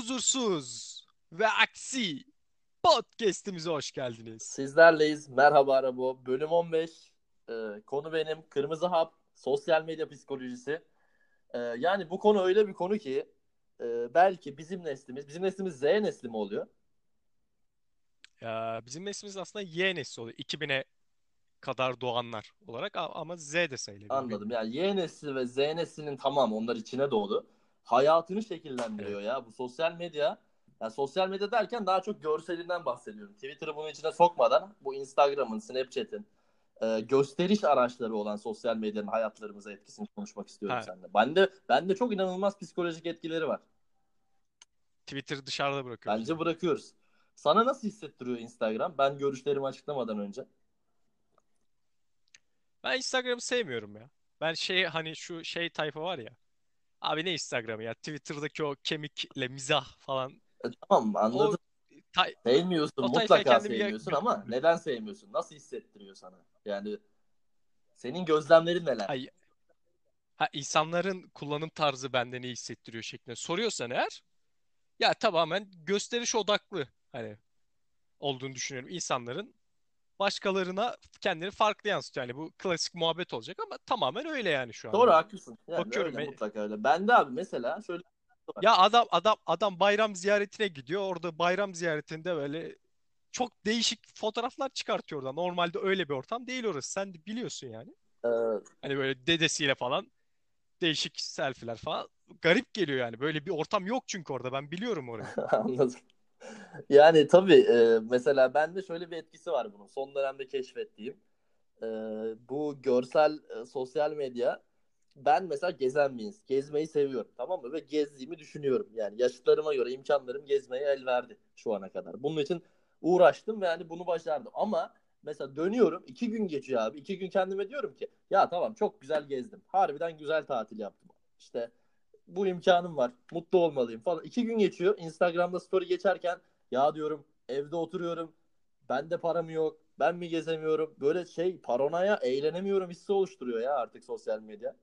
Huzursuz ve Aksi podcast'imize hoş geldiniz. Sizlerleyiz. Merhaba Arabo. Bölüm 15. Konu benim. Kırmızı hap. Sosyal medya psikolojisi. Yani bu konu öyle bir konu ki belki bizim neslimiz Z nesli mi oluyor? Bizim neslimiz aslında Y nesli oluyor. 2000'e kadar doğanlar olarak ama Z de sayılabilir Anladım. bilmiyorum. Yani Y nesli ve Z neslinin tamam onlar içine doğdu. Hayatını Evet. şekillendiriyor ya. Bu sosyal medya. Yani sosyal medya derken daha çok görselinden bahsediyorum. Twitter'ı bunun içine sokmadan bu Instagram'ın, Snapchat'in gösteriş araçları olan sosyal medyanın hayatlarımıza etkisini konuşmak istiyorum Ha, seninle. Ben de çok inanılmaz psikolojik etkileri var. Twitter'ı dışarıda bırakıyoruz Bence yani. bırakıyoruz. Sana nasıl hissettiriyor Instagram? Ben görüşlerimi açıklamadan önce. Ben Instagram'ı sevmiyorum ya. Ben hani şu tayfa var ya. Abi ne Instagram'ı ya? Twitter'daki o kemikle mizah falan. Tamam O anladım. tay Sevmiyorsun, o tayfaya mutlaka kendimi sevmiyorsun ama götürmüyorum. neden sevmiyorsun? Nasıl hissettiriyor sana? Yani senin gözlemlerin neler? Ay, insanların kullanım tarzı bende ne hissettiriyor şeklinde soruyorsan eğer, ya tamamen gösteriş odaklı hani olduğunu düşünüyorum. İnsanların başkalarına kendini farklı yansıtıyor. Yani bu klasik muhabbet olacak ama tamamen öyle yani şu an Doğru hani. haklısın. Yani Bakıyorum öyle mutlaka öyle. Ben de abi mesela şöyle bir şey var. ya adam bayram ziyaretine gidiyor. Orada bayram ziyaretinde böyle çok değişik fotoğraflar çıkartıyor orada. Normalde öyle bir ortam değil orası. Sen de biliyorsun yani. Ee, Hani böyle dedesiyle falan değişik selfiler falan. Garip geliyor yani. Böyle bir ortam yok çünkü orada. Ben biliyorum orayı. anladım. Yani tabii mesela bende şöyle bir etkisi var bunun. Son dönemde keşfettiğim. E, Bu görsel sosyal medya ben mesela gezen bir insan. Gezmeyi seviyorum tamam mı? Ve gezdiğimi düşünüyorum. Yani yaşıtlarıma göre imkanlarım gezmeye el verdi şu ana kadar. Bunun için uğraştım ve yani bunu başardım. Ama mesela dönüyorum 2 gün geçiyor abi. 2 gün kendime diyorum ki ya tamam çok güzel gezdim. Harbiden güzel tatil yaptım. İşte bu imkanım var. Mutlu olmalıyım falan. 2 gün geçiyor. Instagram'da story geçerken ya diyorum evde oturuyorum. Bende param yok. Ben mi gezemiyorum? Böyle paranoya eğlenemiyorum hissi oluşturuyor ya artık sosyal medya.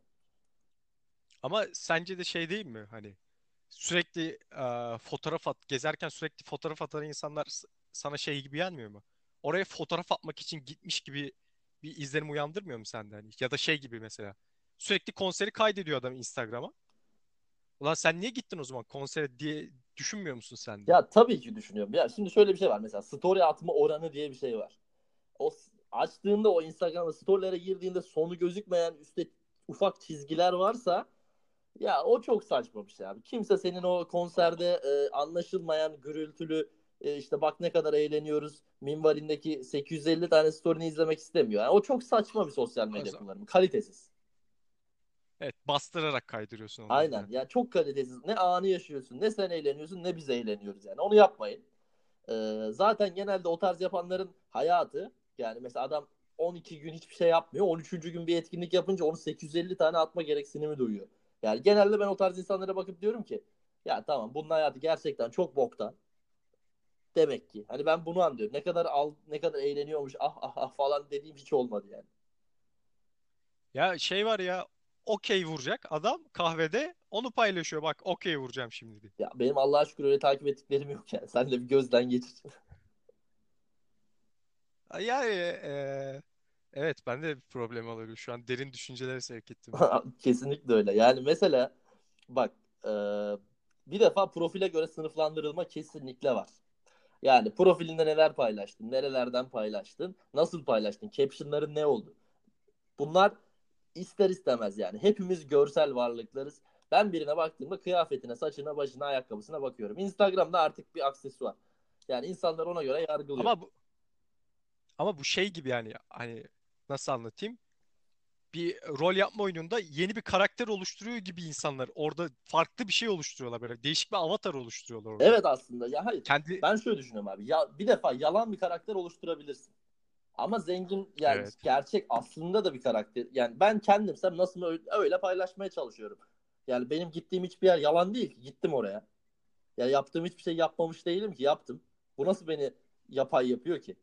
Ama sence de değil mi? Hani sürekli fotoğraf gezerken sürekli fotoğraf atan insanlar sana gibi gelmiyor mu? Oraya fotoğraf atmak için gitmiş gibi bir izlenim uyandırmıyor mu sende hani? Ya da gibi mesela. Sürekli konseri kaydediyor adam Instagram'a. Ulan sen niye gittin o zaman konsere diye düşünmüyor musun sen de? Ya tabii ki düşünüyorum. Ya şimdi şöyle bir şey var mesela story atma oranı diye bir şey var. Açtığında o Instagram'da storylere girdiğinde sonu gözükmeyen üstte ufak çizgiler varsa ya o çok saçma bir şey abi. Kimse senin o konserde anlaşılmayan gürültülü işte bak ne kadar eğleniyoruz minvalindeki 850 tane story'ni izlemek istemiyor. Yani o çok saçma bir sosyal O medya zaman, kullanımı. Kalitesiz. evet, bastırarak kaydırıyorsun onları Aynen. da. Ya çok kalitesiz. Ne anı yaşıyorsun, ne sen eğleniyorsun, ne biz eğleniyoruz yani. Onu yapmayın. Zaten genelde o tarz yapanların hayatı yani mesela adam 12 gün hiçbir şey yapmıyor. 13. gün bir etkinlik yapınca onu 850 tane atma gereksinimi duyuyor. Yani genelde ben o tarz insanlara bakıp diyorum ki ya tamam bunun hayatı gerçekten çok boktan. Demek ki. Hani ben bunu anlıyorum. Ne kadar eğleniyormuş ah ah ah falan dediğim hiç olmadı yani. Ya var ya, okey vuracak adam kahvede onu paylaşıyor, bak okey vuracağım şimdi diye. Ya benim Allah'a şükür öyle takip ettiklerim yok yani. Sen de bir gözden geçir. Yani evet, ben de bir problem alıyorum şu an, derin düşüncelere sevk ettim. Kesinlikle öyle. Yani mesela bak e, bir defa profile göre sınıflandırılma kesinlikle var. Yani profilinde neler paylaştın, nerelerden paylaştın, nasıl paylaştın, captionların ne oldu? Bunlar ister istemez yani. Hepimiz görsel varlıklarız. Ben birine baktığımda kıyafetine, saçına, başına, ayakkabısına bakıyorum. Instagram'da artık bir aksesuar. Yani insanlar ona göre yargılıyor. Ama bu ama bu gibi yani, hani nasıl anlatayım? Bir rol yapma oyununda yeni bir karakter oluşturuyor gibi insanlar orada farklı bir şey oluşturuyorlar, böyle değişik bir avatar oluşturuyorlar orada. Evet aslında ya hayır. Kendi Ben şöyle düşünüyorum abi. Ya bir defa yalan bir karakter oluşturabilirsin. Ama zengin yani evet. gerçek aslında da bir karakter. Yani ben kendimsem nasıl öyle paylaşmaya çalışıyorum. Yani benim gittiğim hiçbir yer yalan değil ki. Gittim oraya. Ya yaptığım hiçbir şey yapmamış değilim ki. Yaptım. Bu nasıl beni yapay yapıyor ki?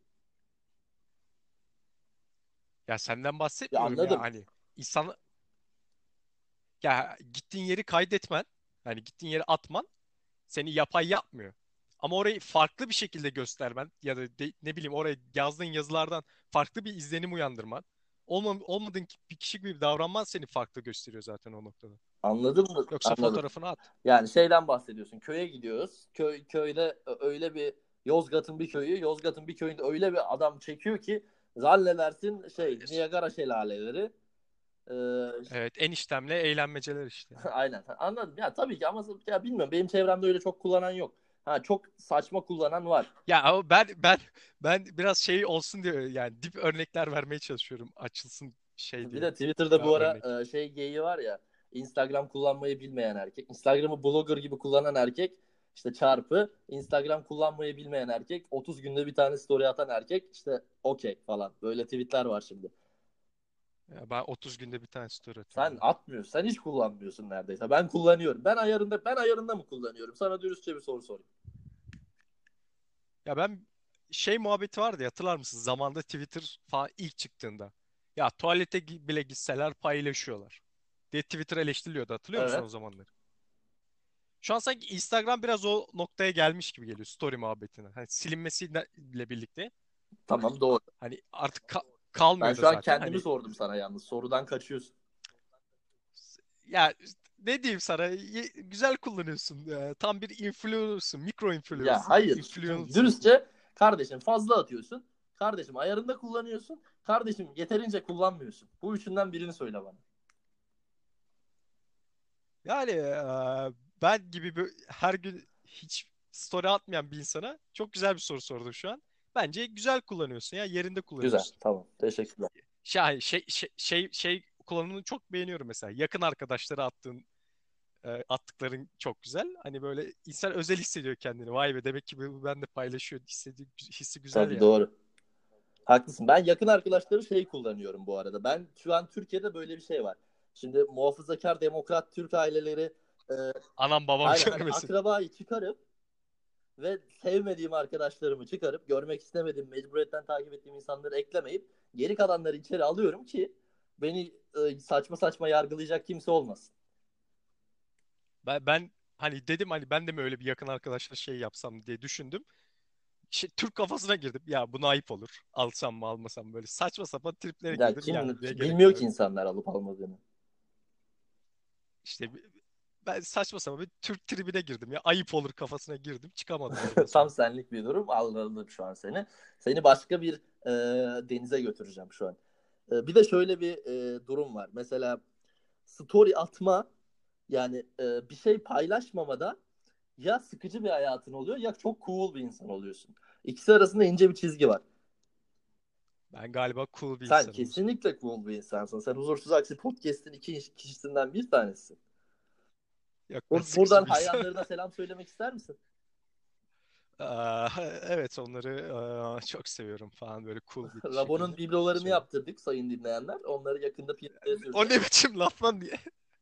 Ya senden Ya bahsetmiyorum ya, anladım. hani insan, ya gittiğin yeri kaydetmen, hani gittiğin yeri atman Seni yapay yapmıyor. Ama orayı farklı bir şekilde göstermen ya da ne bileyim oraya yazdığın yazılardan farklı bir izlenim uyandırman, olmadığın bir kişi gibi davranman seni farklı gösteriyor zaten o noktada. Anladın mı? Yoksa Anladım. fotoğrafını at. Yani şeyden bahsediyorsun. Köye gidiyoruz. Köyde öyle bir Yozgat'ın bir köyü, Yozgat'ın bir köyünde öyle bir adam çekiyor ki zannedersin Niagara şelaleleri. Evet, eniştemle eğlenmeceler işte. Aynen. Anladım. Ya tabii ki ama ya bilmiyorum. Benim çevremde öyle çok kullanan yok. Ha çok saçma kullanan var. Ya ama ben biraz şey olsun diye yani dip örnekler vermeye çalışıyorum. Açılsın şey Bir diye. de Twitter'da bu Örnek. ara geyiği var ya. Instagram kullanmayı bilmeyen erkek. Instagram'ı blogger gibi kullanan erkek işte çarpı Instagram kullanmayı bilmeyen erkek 30 günde bir tane story atan erkek işte okey falan. Böyle tweetler var şimdi. Ya ben 30 günde bir tane story atıyorum Sen ya. atmıyorsun. Sen hiç kullanmıyorsun neredeyse. Ben kullanıyorum. Ben ayarında mı kullanıyorum? Sana dürüstçe bir soru sorayım. Ya ben şey muhabbeti vardı ya, hatırlar mısın? Zamanda Twitter falan ilk çıktığında. Ya tuvalete bile gitseler paylaşıyorlar diye Twitter eleştiriliyordu. Hatırlıyor musun o Evet. zamanları? Şu an sanki Instagram biraz o noktaya gelmiş gibi geliyor story muhabbetine. Hani silinmesiyle birlikte. Tamam doğru. Hani artık Ben kalmıyor da şu an zaten. kendimi Hani sordum sana yalnız. Sorudan kaçıyorsun. ya ne diyeyim sana, güzel kullanıyorsun. Tam bir influencer, mikro Ya influencer, hayır. Şimdi influencer'sın. dürüstçe kardeşim fazla atıyorsun. Kardeşim ayarında kullanıyorsun. Kardeşim yeterince kullanmıyorsun. Bu üçünden birini söyle bana. Yani ben gibi her gün hiç story atmayan bir insana çok güzel bir soru sordum şu an. Bence güzel kullanıyorsun ya, yerinde Güzel. kullanıyorsun. Tamam. Teşekkürler. Şey kullanımını çok beğeniyorum mesela. Yakın arkadaşlara attıkların çok güzel. Hani böyle insan özel hissediyor kendini. Vay be, demek ki bu ben de paylaşıyor hissi güzel Tabii yani. doğru. Haklısın. Ben yakın arkadaşları kullanıyorum bu arada. Ben şu an Türkiye'de böyle bir şey var. Şimdi muhafazakar demokrat Türk aileleri e, Anam babam aynen hani görmesin. akrabayı çıkarıp ve sevmediğim arkadaşlarımı çıkarıp görmek istemediğim mecburiyetten takip ettiğim insanları eklemeyip geri kalanları içeri alıyorum ki beni saçma saçma yargılayacak kimse olmasın. Ben hani dedim, hani ben de mi öyle bir yakın arkadaşla şey yapsam diye düşündüm. Türk kafasına girdim. Ya buna ayıp olur. Alsam mı almasam mı, böyle saçma sapan triplere Ya girdim. kim Ya ne gerek bilmiyor var? ki insanlar alıp almadığını. İşte ben saçma sapan bir Türk tribine girdim ya. Ayıp olur kafasına girdim. Çıkamadım oradan Tam sonra. senlik bir durum. Anladım şu an seni. Seni başka bir denize götüreceğim şu an. Bir de şöyle bir durum var. Mesela story atma yani bir şey paylaşmamada ya sıkıcı bir hayatın oluyor ya çok cool bir insan oluyorsun. İkisi arasında ince bir çizgi var. Ben galiba cool bir Sen insanım o zaman. kesinlikle cool bir insansın. Sen Huzursuz Aksi Podcast'in iki kişisinden bir tanesisin. Yok, ben Buradan sıkıcı bir insan. hayranlarına selam söylemek ister misin? Aa, evet, onları çok seviyorum falan, böyle cool bir Rabo'nun şekilde biblolarını söyle. yaptırdık sayın dinleyenler. Onları yakında piyasaya O süreceğiz. ne biçim laf lan diye.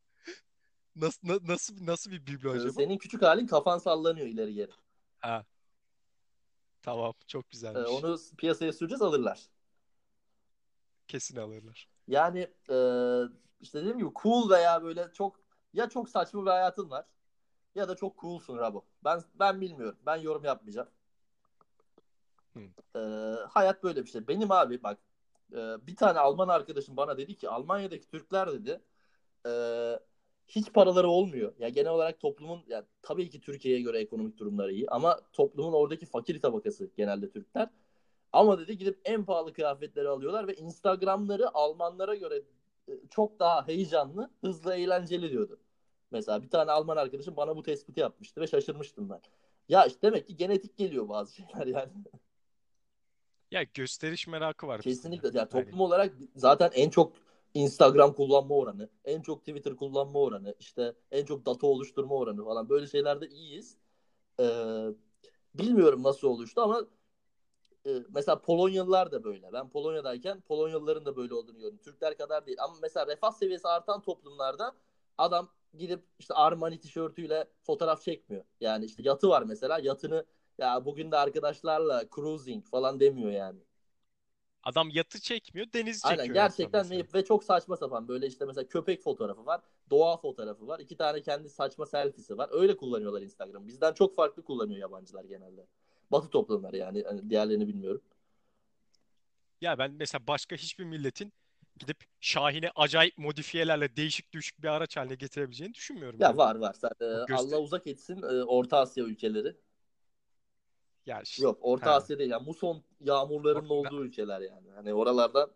Nasıl bir biblo acaba? Senin küçük halin kafan sallanıyor ileri geri. Ha, tamam, çok güzelmiş. Onu piyasaya süreceğiz alırlar. Kesin alırlar. Yani işte dediğim gibi cool veya böyle çok ya çok saçma bir hayatın var ya da çok coolsun Rabo. Ben bilmiyorum. Ben yorum yapmayacağım. Hı. E, hayat böyle bir şey. Benim abi bak bir tane Alman arkadaşım bana dedi ki Almanya'daki Türkler dedi e, hiç paraları olmuyor. Ya genel olarak toplumun ya tabii ki Türkiye'ye göre ekonomik durumları iyi ama toplumun oradaki fakir tabakası genelde Türkler. Ama dedi gidip en pahalı kıyafetleri alıyorlar ve Instagram'ları Almanlara göre çok daha heyecanlı, hızlı, eğlenceli diyordu. Mesela bir tane Alman arkadaşım bana bu tespiti yapmıştı ve şaşırmıştım ben. Ya işte demek ki genetik geliyor bazı şeyler yani. Ya gösteriş merakı var bizde de. Kesinlikle. Ya Hani toplum olarak zaten en çok Instagram kullanma oranı, en çok Twitter kullanma oranı, işte en çok data oluşturma oranı falan böyle şeylerde iyiyiz. Ee, bilmiyorum nasıl oluştu ama mesela Polonyalılar da böyle. Ben Polonya'dayken Polonyalıların da böyle olduğunu gördüm. Türkler kadar değil. Ama mesela refah seviyesi artan toplumlarda adam gidip işte Armani tişörtüyle fotoğraf çekmiyor. Yani işte yatı var mesela. Yatını ya bugün de arkadaşlarla cruising falan demiyor yani. Adam yatı çekmiyor, denizi Aynen, çekiyor yatta gerçekten mesela. ve çok saçma sapan, böyle işte mesela köpek fotoğrafı var, doğa fotoğrafı var, iki tane kendi saçma selfiesi var. Öyle kullanıyorlar Instagram. Bizden çok farklı kullanıyor yabancılar genelde. Batı toplumları yani. Hani diğerlerini bilmiyorum. Ya ben mesela başka hiçbir milletin gidip Şahin'e acayip modifiyelerle değişik düşük bir araç haline getirebileceğini düşünmüyorum Ya ya. var var. Sen, O Allah göster uzak etsin Orta Asya ülkeleri. ya işte, Yok, Orta ha. Asya değil. Yani muson O- yağmurlarının na- olduğu ülkeler yani. Hani oralardan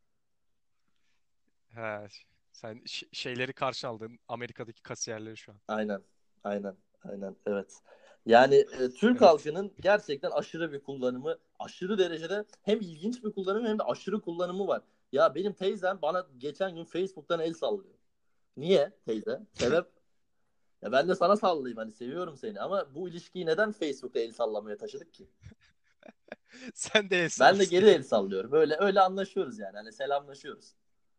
ha. Sen şeyleri karşı aldın, Amerika'daki kasiyerleri şu an. aynen. Aynen. Aynen. Evet. Yani Türk Evet. halkının gerçekten aşırı bir kullanımı, aşırı derecede hem ilginç bir kullanımı hem de aşırı kullanımı var. Ya benim teyzem bana geçen gün Facebook'tan el sallıyor. Niye teyze? Sebep? Ya ben de sana sallayayım, hani seviyorum seni, ama bu ilişkiyi neden Facebook'ta el sallamaya taşıdık ki? Sen de el sal Ben de geri istedim. el sallıyorum. Böyle öyle anlaşıyoruz yani. Hani selamlaşıyoruz.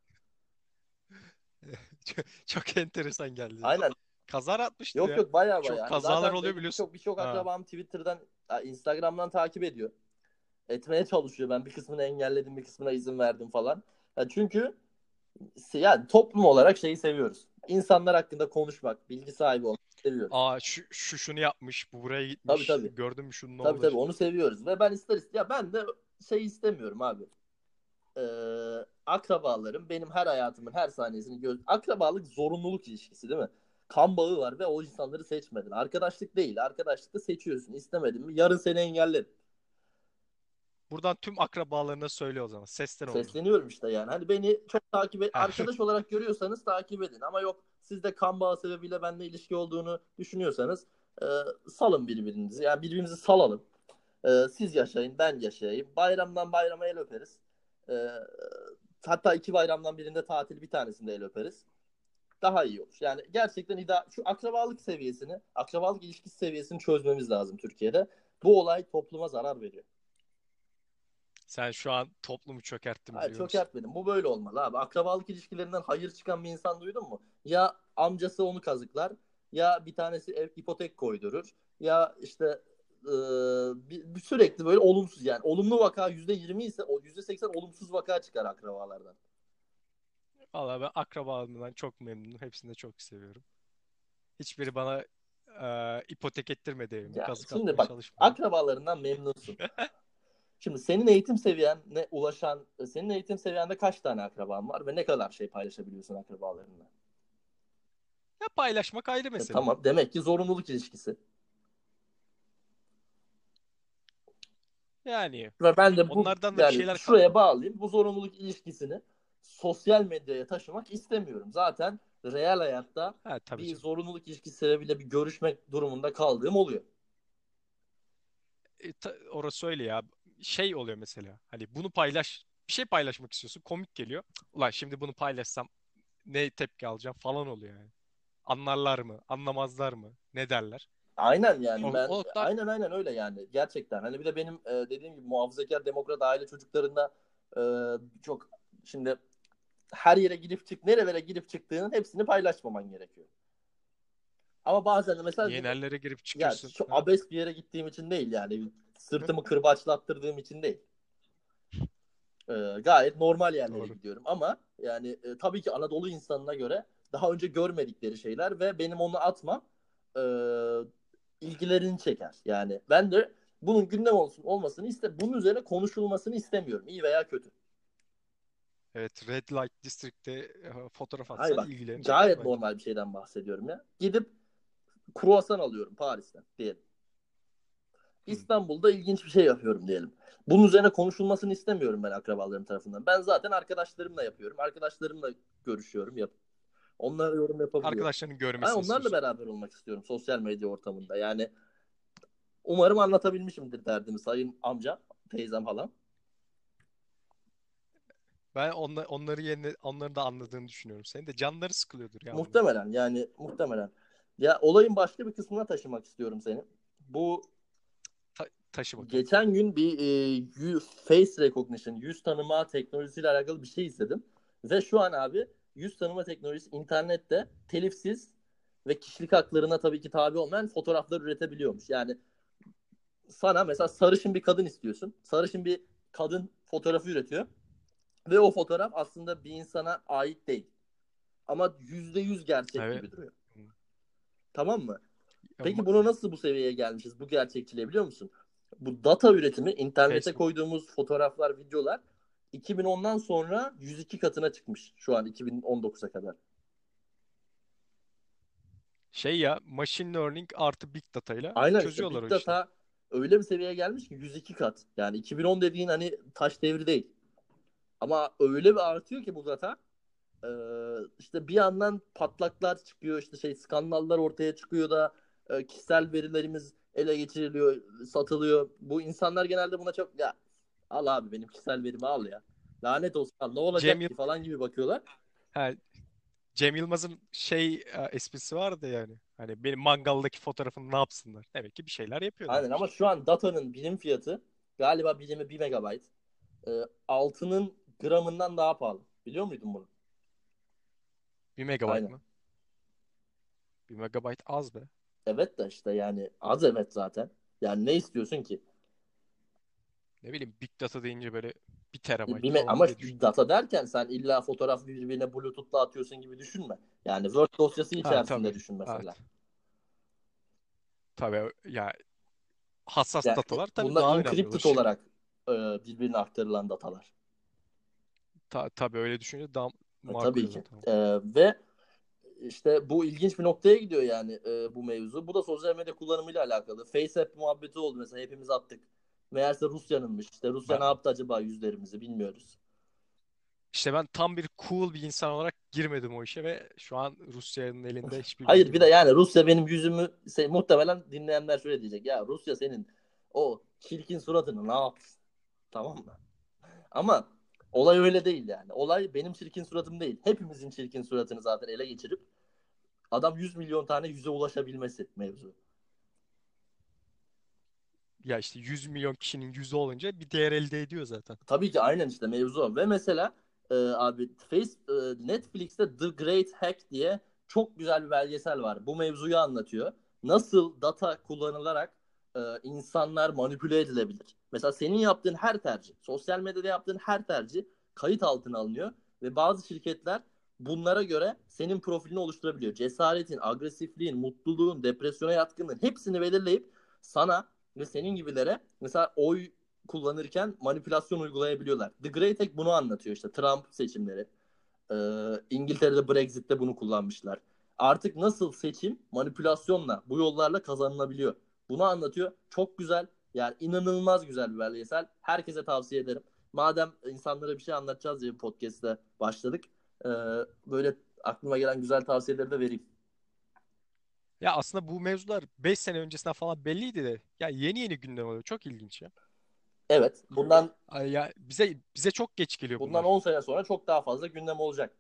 Çok enteresan geldi ya. Aynen. Kazara atmıştır Yok ya. yok, baya Çok baya. Hani kazalar zaten oluyor benim biliyorsun. birçok Ha. akrabam Twitter'dan, Instagram'dan takip ediyor. Etmeye çalışıyor. Ben bir kısmını engelledim, bir kısmına izin verdim falan. Ya çünkü yani toplum olarak şeyi seviyoruz. İnsanlar hakkında konuşmak, bilgi sahibi olmak seviyoruz. Aa, şunu yapmış, bu buraya Tabii gitmiş. tabii. Gördün mü şunun ne Tabii tabii, olacak? onu seviyoruz. Ve ben ya ben de şey istemiyorum abi. Akrabalarım benim her hayatımın her saniyesini akrabalık zorunluluk ilişkisi değil mi? Kan bağı var ve o insanları seçmedin. Arkadaşlık değil. Arkadaşlıkta seçiyorsun. İstemedin mi? Yarın seni engellerim. Buradan tüm akrabalarına söyle o zaman. Seslen onlara. Sesleniyorum işte yani. Hani beni çok arkadaş olarak görüyorsanız takip edin. Ama yok, siz de kan bağı sebebiyle benimle ilişki olduğunu düşünüyorsanız e, salın birbirinizi. Yani birbirimizi salalım. Siz yaşayın, ben yaşayayım. Bayramdan bayrama el öperiz. E, Hatta iki bayramdan birinde tatil, bir tanesinde el öperiz. Daha iyi olur. Yani gerçekten şu akrabalık seviyesini, akrabalık ilişkisi seviyesini çözmemiz lazım Türkiye'de. Bu olay topluma zarar veriyor. Sen şu an toplumu çökerttin Hayır, biliyor çok musun? ertmedim. Bu böyle olmalı abi. Akrabalık ilişkilerinden hayır çıkan bir insan duydun mu? Ya amcası onu kazıklar, ya bir tanesi ipotek koydurur, ya işte sürekli böyle olumsuz, yani olumlu vaka %20 ise o %80 olumsuz vaka çıkar akrabalardan. Valla ben akrabalarımdan çok memnunum. Hepsini de çok seviyorum. Hiçbiri bana ipotek ettirmedi evimi. Ya Kazık şimdi atmaya bak, çalışmadı. akrabalarından memnunsun. Şimdi senin eğitim seviyende kaç tane akraban var ve ne kadar şey paylaşabiliyorsun akrabalarınla? Ya paylaşmak ayrı mesele. Tamam, demek ki zorunluluk ilişkisi. Yani Ve ben de onlardan da bir yani şeyler şuraya bağlayayım. Bu zorunluluk ilişkisini sosyal medyaya taşımak istemiyorum. Zaten real hayatta ha, tabii bir canım. zorunluluk ilişkisi sebebiyle bir görüşmek durumunda kaldığım oluyor. Orası öyle ya. Şey oluyor mesela. Hani bunu paylaş. Bir şey paylaşmak istiyorsun. Komik geliyor. Ulan şimdi bunu paylaşsam ne tepki alacağım falan oluyor yani. Anlarlar mı? Anlamazlar mı? Ne derler? Aynen yani, O, ben o noktalar aynen öyle yani, gerçekten. Hani bir de benim dediğim gibi muhafazakar demokrat aile çocuklarında e, çok, şimdi her yere girip nerelere girip çıktığının hepsini paylaşmaman gerekiyor. Ama bazen de mesela niye nerelere girip ya çıkıyorsun? çok Ha? abes bir yere gittiğim için değil, yani sırtımı kırbaçlattırdığım için değil. Gayet normal yerlere Doğru. gidiyorum ama yani tabii ki Anadolu insanına göre daha önce görmedikleri şeyler ve benim onu atmam e, ilgilerini çeker. Yani ben de bunun gündem olmasını bunun üzerine konuşulmasını istemiyorum, iyi veya kötü. Evet, Red Light District'te fotoğraf Hayır atsan bak, ilgilerini çeker gayet bence. normal bir şeyden bahsediyorum ya. Gidip kruvasan alıyorum Paris'ten diyelim. Hmm. İstanbul'da ilginç bir şey yapıyorum diyelim. Bunun üzerine konuşulmasını istemiyorum ben akrabalarım tarafından. Ben zaten arkadaşlarımla yapıyorum. Arkadaşlarımla görüşüyorum. Onlar yorum yapabiliyor. Arkadaşlarının Ay, görmesini onlarla istiyorsun. beraber olmak istiyorum sosyal medya ortamında. Yani umarım anlatabilmişimdir derdimi sayın amcam, teyzem, halam. Ben onları yerine onları da anladığını düşünüyorum. Senin de canları sıkılıyordur ya onların. Muhtemelen, yani muhtemelen. Ya olayın başka bir kısmına taşımak istiyorum seni. Bu Taşı bakalım. geçen gün bir face recognition, yüz tanıma teknolojisiyle alakalı bir şey izledim. Ve şu an abi yüz tanıma teknolojisi internette telifsiz ve kişilik haklarına tabii ki tabi olmayan fotoğraflar üretebiliyormuş. Yani sana mesela sarışın bir kadın istiyorsun. Sarışın bir kadın fotoğrafı üretiyor. Ve o fotoğraf aslında bir insana ait değil. Ama %100 gerçek Evet. gibi duruyor. Tamam mı? Ama Peki bunu nasıl bu seviyeye gelmişiz? Bu gerçekçiliğe biliyor musun? Bu data üretimi, internete Facebook koyduğumuz fotoğraflar, videolar 2010'dan sonra 102 katına çıkmış şu an 2019'a kadar. şey ya, machine learning artı big data ile Aynen işte çözüyorlar o Big işleri. Data öyle bir seviyeye gelmiş ki 102 kat. Yani 2010 dediğin hani taş devri değil. Ama öyle bir artıyor ki bu data. İşte bir yandan patlaklar çıkıyor, işte şey skandallar ortaya çıkıyor da kişisel verilerimiz ele geçiriliyor, satılıyor. Bu insanlar genelde buna çok ya al abi benim kişisel verimi al ya. Lanet olsun ne Cem olacak Yıl ki falan gibi bakıyorlar. ha, Cem Yılmaz'ın esprisi vardı yani. Hani benim mangaldaki fotoğrafımı ne yapsınlar? Demek ki bir şeyler Aynen yapıyorlarmış. ama şu an datanın birim fiyatı galiba birimi 1 megabayt. Altının gramından daha pahalı. Biliyor muydun bunu? 1 megabayt Aynen. mı? 1 megabayt az be. Evet de işte yani az evet zaten. Yani ne istiyorsun ki? Ne bileyim, big data deyince böyle 1 terabayt falan Ama diye big düşündüm. data derken sen illa fotoğraf birbirine Bluetooth'la atıyorsun gibi düşünme. Yani Word dosyası Ha içerisinde tabii. düşün mesela. Evet. Tabii ya, hassas Yani datalar tabii bunlar daha önemli olur. encrypted olarak birbirine aktarılan datalar. Tabii öyle düşününce daha makul, Tabii ki. evet, tamam. Ve işte bu ilginç bir noktaya gidiyor yani bu mevzu. Bu da sosyal medya kullanımıyla alakalı. FaceApp muhabbeti oldu mesela hepimiz attık. Meğerse Rusya'nınmış. İşte Rusya Ben, ne yaptı acaba yüzlerimizi bilmiyoruz. işte ben tam bir cool bir insan olarak girmedim o işe ve şu an Rusya'nın elinde hiçbir Hayır bir bilgim de yok. yani Rusya benim yüzümü muhtemelen dinleyenler şöyle diyecek. Ya Rusya senin o çirkin suratını ne yapsın? Tamam mı? Ama olay öyle değil yani. Olay benim çirkin suratım değil. Hepimizin çirkin suratını zaten ele geçirip adam 100 milyon tane yüze ulaşabilmesi mevzu. Ya işte 100 milyon kişinin yüzü olunca bir değer elde ediyor zaten. Tabii ki aynen işte mevzu o. Ve mesela abi Netflix'te The Great Hack diye çok güzel bir belgesel var. Bu mevzuyu anlatıyor. Nasıl data kullanılarak insanlar manipüle edilebilir. Mesela senin yaptığın her tercih, sosyal medyada yaptığın her tercih kayıt altına alınıyor ve bazı şirketler bunlara göre senin profilini oluşturabiliyor. Cesaretin, agresifliğin, mutluluğun, depresyona yatkınlığın hepsini belirleyip sana ve senin gibilere mesela oy kullanırken manipülasyon uygulayabiliyorlar. The Great Hack bunu anlatıyor işte Trump seçimleri. İngiltere'de Brexit'te bunu kullanmışlar. Artık nasıl seçim manipülasyonla bu yollarla kazanılabiliyor. Bunu anlatıyor. Çok güzel. Yani inanılmaz güzel bir belgesel. Herkese tavsiye ederim. Madem insanlara bir şey anlatacağız diye bir podcast'te başladık. Ee, Böyle aklıma gelen güzel tavsiyeleri de vereyim. Ya aslında bu mevzular 5 sene öncesinden falan belliydi de ya yeni yeni gündem oluyor. Çok ilginç ya. Evet. Ay ya, bize çok geç geliyor Bundan bunlar. 10 sene sonra çok daha fazla gündem olacak.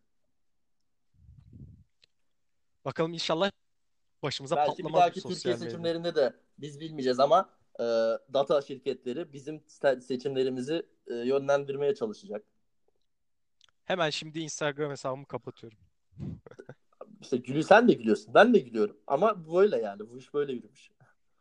Bakalım, inşallah başımıza Belki bir patlamaz bu dahaki Türkiye sosyal medya. seçimlerinde de biz bilmeyeceğiz ama data şirketleri bizim seçimlerimizi yönlendirmeye çalışacak. Hemen şimdi Instagram hesabımı kapatıyorum. İşte sen de gülüyorsun, ben de gülüyorum. Ama böyle yani, bu iş böyle yürümüş.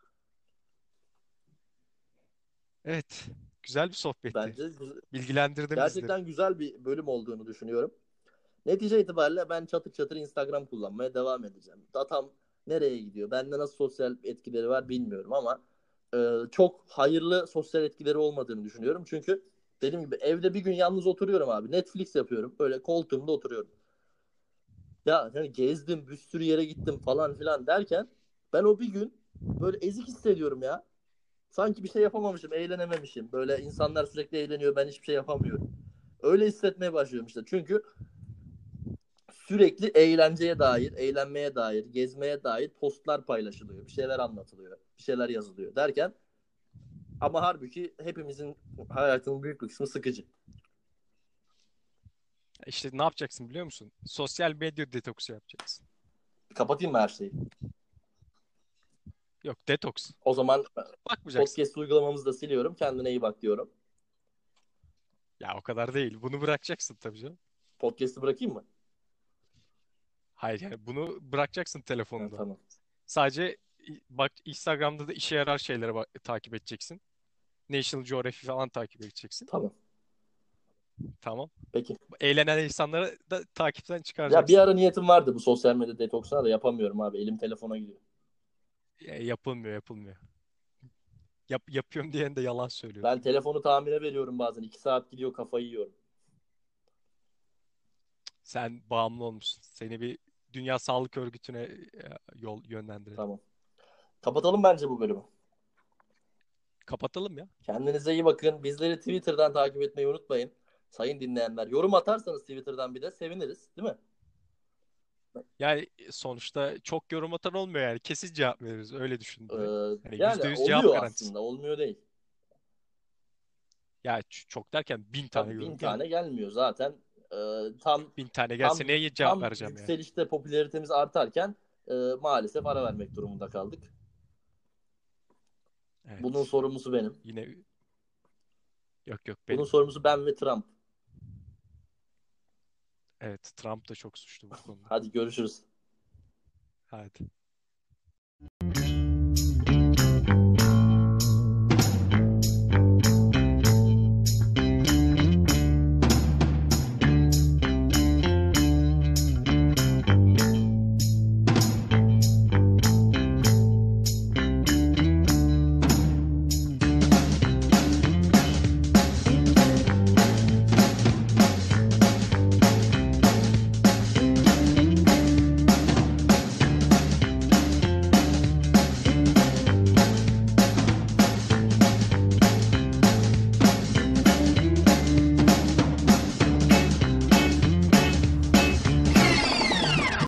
Evet. Güzel bir sohbetti. Bence Bilgilendirdin bizleri. gerçekten güzel bir bölüm olduğunu düşünüyorum. Netice itibariyle ben çatır çatır Instagram kullanmaya devam edeceğim. Datam nereye gidiyor? Bende nasıl sosyal etkileri var bilmiyorum ama çok hayırlı sosyal etkileri olmadığını düşünüyorum. Çünkü dediğim gibi evde bir gün yalnız oturuyorum abi. Netflix yapıyorum. Böyle koltuğumda oturuyorum. Ya hani gezdim, bir sürü yere gittim falan filan derken ben o bir gün böyle ezik hissediyorum ya. Sanki bir şey yapamamışım, eğlenememişim. Böyle insanlar sürekli eğleniyor, ben hiçbir şey yapamıyorum. Öyle hissetmeye başlıyorum işte. Çünkü sürekli eğlenceye dair, eğlenmeye dair, gezmeye dair postlar paylaşılıyor. Bir şeyler anlatılıyor, bir şeyler yazılıyor derken ama halbuki hepimizin hayatının büyük bir kısmı sıkıcı. İşte ne yapacaksın biliyor musun? Sosyal medya detoksu yapacaksın. Kapatayım mı her şeyi? Yok, detoks. O zaman Bakmayacaksın. podcast uygulamamızı da siliyorum. Kendine iyi bak diyorum. Ya o kadar değil. Bunu bırakacaksın tabii canım. Podcast'ı bırakayım mı? Hayır, yani bunu bırakacaksın Ha, telefonunda. tamam. Sadece bak, Instagram'da da işe yarar şeylere takip edeceksin. National Geographic falan takip edeceksin. Tamam. Tamam. Peki. Eğlenen insanları da takipten Ya bir çıkaracaksın. ara niyetim vardı bu sosyal medya detoksuna da yapamıyorum abi. Elim telefona gidiyor. Yapılmıyor, yapılmıyor. Yapıyorum diyen de yalan Ben söylüyordur. telefonu tamire veriyorum bazen. 2 saat gidiyor, kafayı yiyorum. Sen bağımlı olmuşsun. Seni bir Dünya Sağlık Örgütü'ne yol yönlendirelim. Tamam. Kapatalım bence bu bölümü. Kapatalım ya. Kendinize iyi bakın. Bizleri Twitter'dan takip etmeyi unutmayın. Sayın dinleyenler. Yorum atarsanız Twitter'dan bir de seviniriz. Değil mi? Yani sonuçta çok yorum atan olmuyor yani. Kesin cevap veririz. Öyle düşün direkt. Hani Yani %100 cevap oluyor garantisi. aslında. Olmuyor değil. Ya çok derken 1.000 tane Tabii 1000 yorum gelmiyor. tane gelmiyor zaten. Tam 1.000 tane tam gelse neye cevap tam vereceğim yani? yükselişte popülaritemiz artarken maalesef ara vermek durumunda kaldık. Bunun Evet. sorumlusu benim. Yine yok yok Bunun benim. sorumlusu ben ve Trump. Evet, Trump da çok suçlu bu konuda. Hadi görüşürüz. Hadi.